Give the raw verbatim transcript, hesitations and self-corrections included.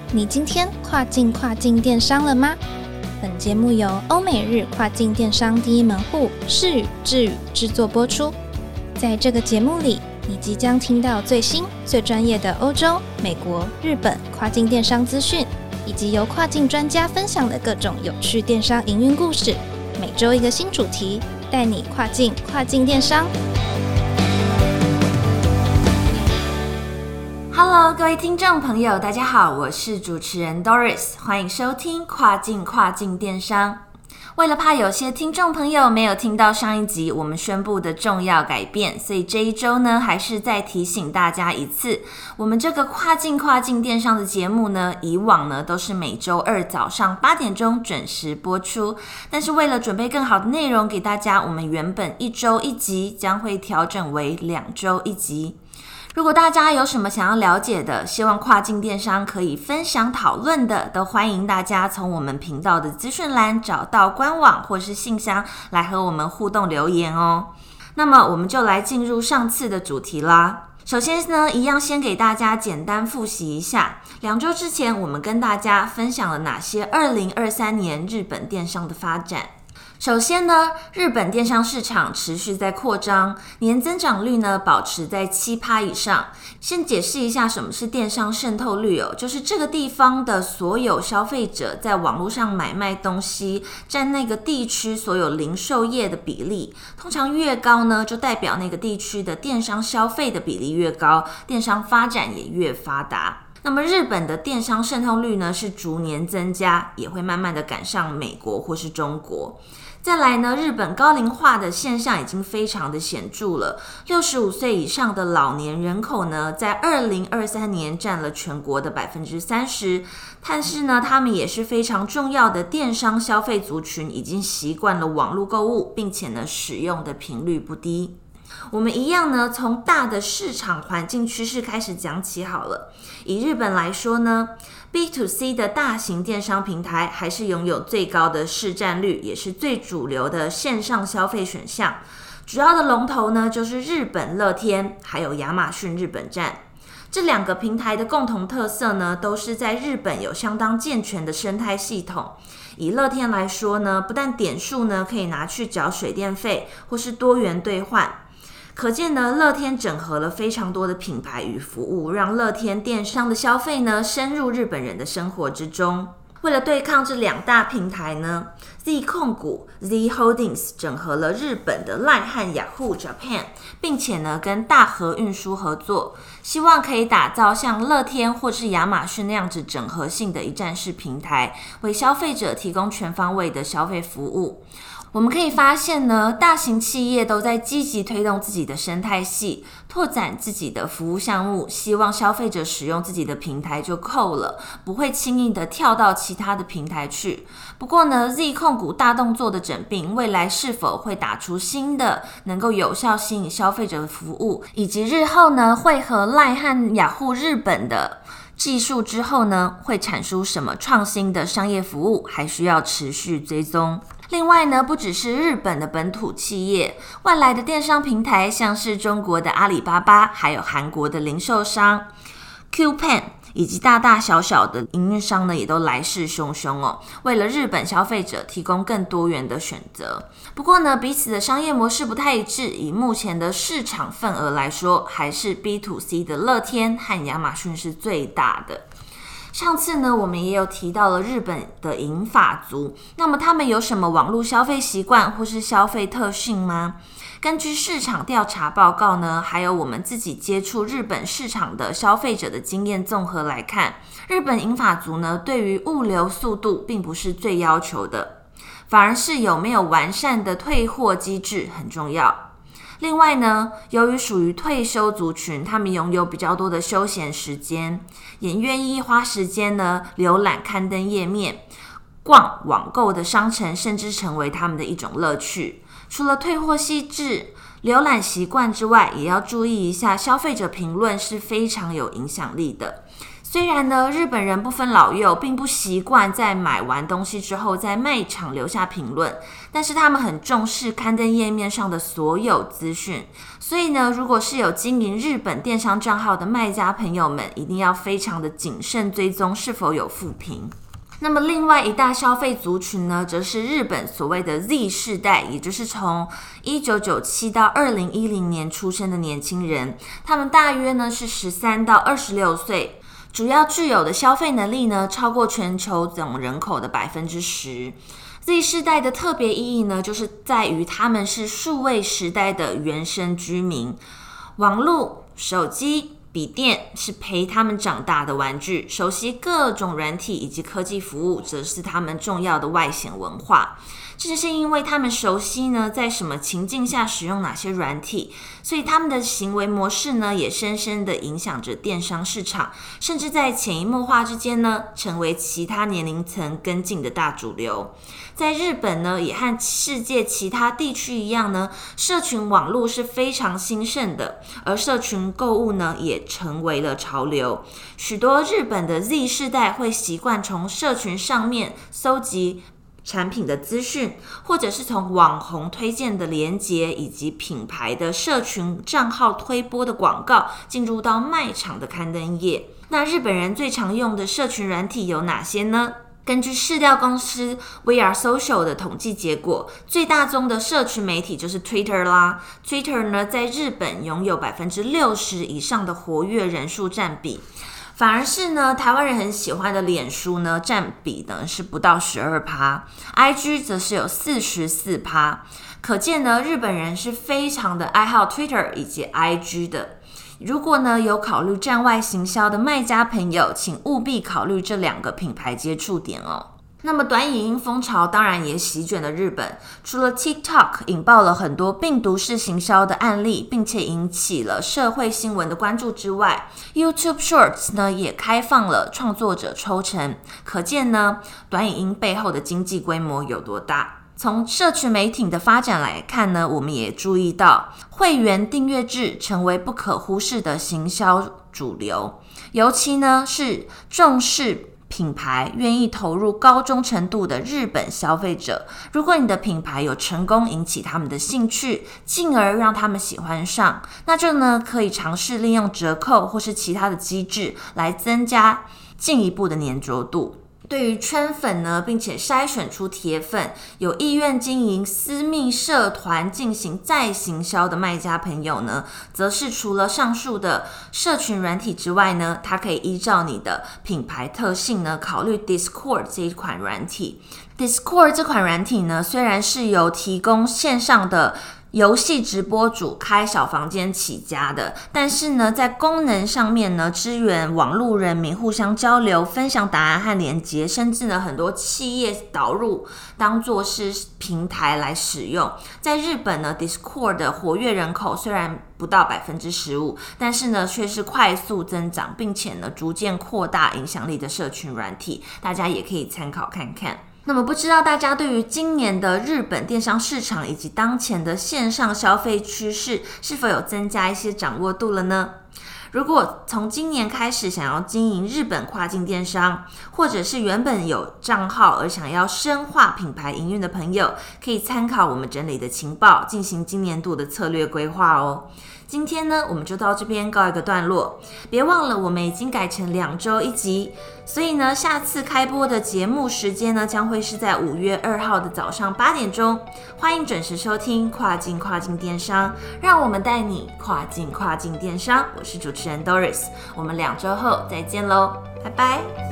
你今天跨境跨境电商了吗？本节目由欧美日跨境电商第一门户视宇智宇制作播出。在这个节目里，你即将听到最新最专业的欧洲、美国、日本跨境电商资讯，以及由跨境专家分享的各种有趣电商营运故事。每周一个新主题，带你跨境跨境电商。 Hello， 各位听众朋友，大家好，我是主持人 Doris， 欢迎收听跨境跨境电商。为了怕有些听众朋友没有听到上一集我们宣布的重要改变，所以这一周呢，还是再提醒大家一次，我们这个跨境跨境电商的节目呢，以往呢都是每周二早上八点钟准时播出，但是为了准备更好的内容给大家，我们原本一周一集将会调整为两周一集。如果大家有什么想要了解的，希望跨境电商可以分享讨论的，都欢迎大家从我们频道的资讯栏找到官网或是信箱来和我们互动留言哦。那么我们就来进入上次的主题啦。首先呢，一样先给大家简单复习一下，两周之前我们跟大家分享了哪些二零二三年日本电商的发展。首先呢，日本电商市场持续在扩张，年增长率呢保持在 百分之七 以上。先解释一下什么是电商渗透率哦，就是这个地方的所有消费者在网络上买卖东西，占那个地区所有零售业的比例，通常越高呢，就代表那个地区的电商消费的比例越高，电商发展也越发达。那么日本的电商渗透率呢是逐年增加，也会慢慢的赶上美国或是中国。再来呢，日本高龄化的现象已经非常的显著了，六十五岁以上的老年人口呢，在二零二三年占了全国的 百分之三十， 但是呢，他们也是非常重要的电商消费族群，已经习惯了网络购物，并且呢，使用的频率不低。我们一样呢，从大的市场环境趋势开始讲起好了。以日本来说呢， B to C 的大型电商平台还是拥有最高的市占率，也是最主流的线上消费选项。主要的龙头呢，就是日本乐天，还有亚马逊日本站。这两个平台的共同特色呢，都是在日本有相当健全的生态系统。以乐天来说呢，不但点数呢可以拿去缴水电费，或是多元兑换。可见呢，乐天整合了非常多的品牌与服务，让乐天电商的消费呢深入日本人的生活之中。为了对抗这两大平台呢， Z 控股 Z Holdings 整合了日本的 LINE 和 Yahoo Japan， 并且呢跟大和运输合作，希望可以打造像乐天或是亚马逊那样子整合性的一站式平台，为消费者提供全方位的消费服务。我们可以发现呢，大型企业都在积极推动自己的生态系，拓展自己的服务项目，希望消费者使用自己的平台就够了，不会轻易的跳到其他的平台去。不过呢 ，Z 控股大动作的整并，未来是否会打出新的能够有效吸引消费者的服务，以及日后呢会和 LINE 和雅虎日本的技术之后呢，会产出什么创新的商业服务，还需要持续追踪。另外呢，不只是日本的本土企业，外来的电商平台，像是中国的阿里巴巴，还有韩国的零售商 Qpan， 以及大大小小的营运商呢，也都来势汹汹哦，为了日本消费者提供更多元的选择。不过呢，彼此的商业模式不太一致，以目前的市场份额来说，还是 B to C 的乐天和亚马逊是最大的。上次呢，我们也有提到了日本的银发族，那么他们有什么网络消费习惯或是消费特性吗？根据市场调查报告呢，还有我们自己接触日本市场的消费者的经验综合来看，日本银发族呢，对于物流速度并不是最要求的，反而是有没有完善的退货机制很重要。另外呢，由于属于退休族群，他们拥有比较多的休闲时间，也愿意花时间呢浏览刊登页面，逛网购的商城，甚至成为他们的一种乐趣。除了退货机制、浏览习惯之外，也要注意一下消费者评论是非常有影响力的。 虽然呢，日本人不分老幼，并不习惯在买完东西之后在卖场留下评论，但是他们很重视刊登页面上的所有资讯。所以呢，如果是有经营日本电商账号的卖家朋友们，一定要非常的谨慎追踪是否有负评。那么另外一大消费族群呢，则是日本所谓的 Z 世代，也就是从一九九七到二零一零年出生的年轻人，他们大约呢是十三到二十六岁，主要具有的消费能力呢超过全球总人口的 百分之十。Z 世代的特别意义呢，就是在于他们是数位时代的原生居民，网络、手机、笔电是陪他们长大的玩具，熟悉各种软体以及科技服务，则是他们重要的外显文化。这是因为他们熟悉呢，在什么情境下使用哪些软体，所以他们的行为模式呢，也深深的影响着电商市场，甚至在潜移默化之间呢，成为其他年龄层跟进的大主流。在日本呢，也和世界其他地区一样呢，社群网络是非常兴盛的，而社群购物呢，也成为了潮流。许多日本的 Z 世代会习惯从社群上面搜集产品的资讯，或者是从网红推荐的连结以及品牌的社群账号推播的广告进入到卖场的刊登页。那日本人最常用的社群软体有哪些呢？根据市调公司 We Are Social 的统计结果，最大宗的社群媒体就是 Twitter 啦。Twitter 呢，在日本拥有 百分之六十 以上的活跃人数占比，反而是呢，台湾人很喜欢的脸书呢，占比呢是不到 百分之十二 ，I G 则是有 百分之四十四。可见呢，日本人是非常的爱好 Twitter 以及 I G 的。如果呢有考虑站外行销的卖家朋友，请务必考虑这两个品牌接触点哦。那么短影音风潮当然也席卷了日本，除了 TikTok 引爆了很多病毒式行销的案例，并且引起了社会新闻的关注之外， YouTube Shorts 呢也开放了创作者抽成，可见呢短影音背后的经济规模有多大。从社群媒体的发展来看呢，我们也注意到会员订阅制成为不可忽视的行销主流，尤其呢是重视品牌愿意投入高忠诚度的日本消费者。如果你的品牌有成功引起他们的兴趣，进而让他们喜欢上，那就呢可以尝试利用折扣或是其他的机制来增加进一步的粘着度。对于圈粉呢，并且筛选出铁粉，有意愿经营私密社团进行再行销的卖家朋友呢，则是除了上述的社群软体之外呢，它可以依照你的品牌特性呢，考虑 Discord 这一款软体。Discord 这款软体呢，虽然是由提供线上的游戏直播主开小房间起家的，但是呢，在功能上面呢，支援网路人民互相交流、分享答案和连结，甚至呢，很多企业导入当作是平台来使用。在日本呢 ，Discord 的活跃人口虽然不到 百分之十五， 但是呢，却是快速增长，并且呢，逐渐扩大影响力的社群软体，大家也可以参考看看。那么不知道大家对于今年的日本电商市场以及当前的线上消费趋势是否有增加一些掌握度了呢？如果从今年开始想要经营日本跨境电商，或者是原本有账号而想要深化品牌营运的朋友，可以参考我们整理的情报，进行今年度的策略规划哦。今天呢，我们就到这边告一个段落。别忘了，我们已经改成两周一集，所以呢，下次开播的节目时间呢，将会是在五月二号的早上八点钟。欢迎准时收听跨境跨境电商，让我们带你跨境跨境电商。我是主持人 Doris， 我们两周后再见喽，拜拜。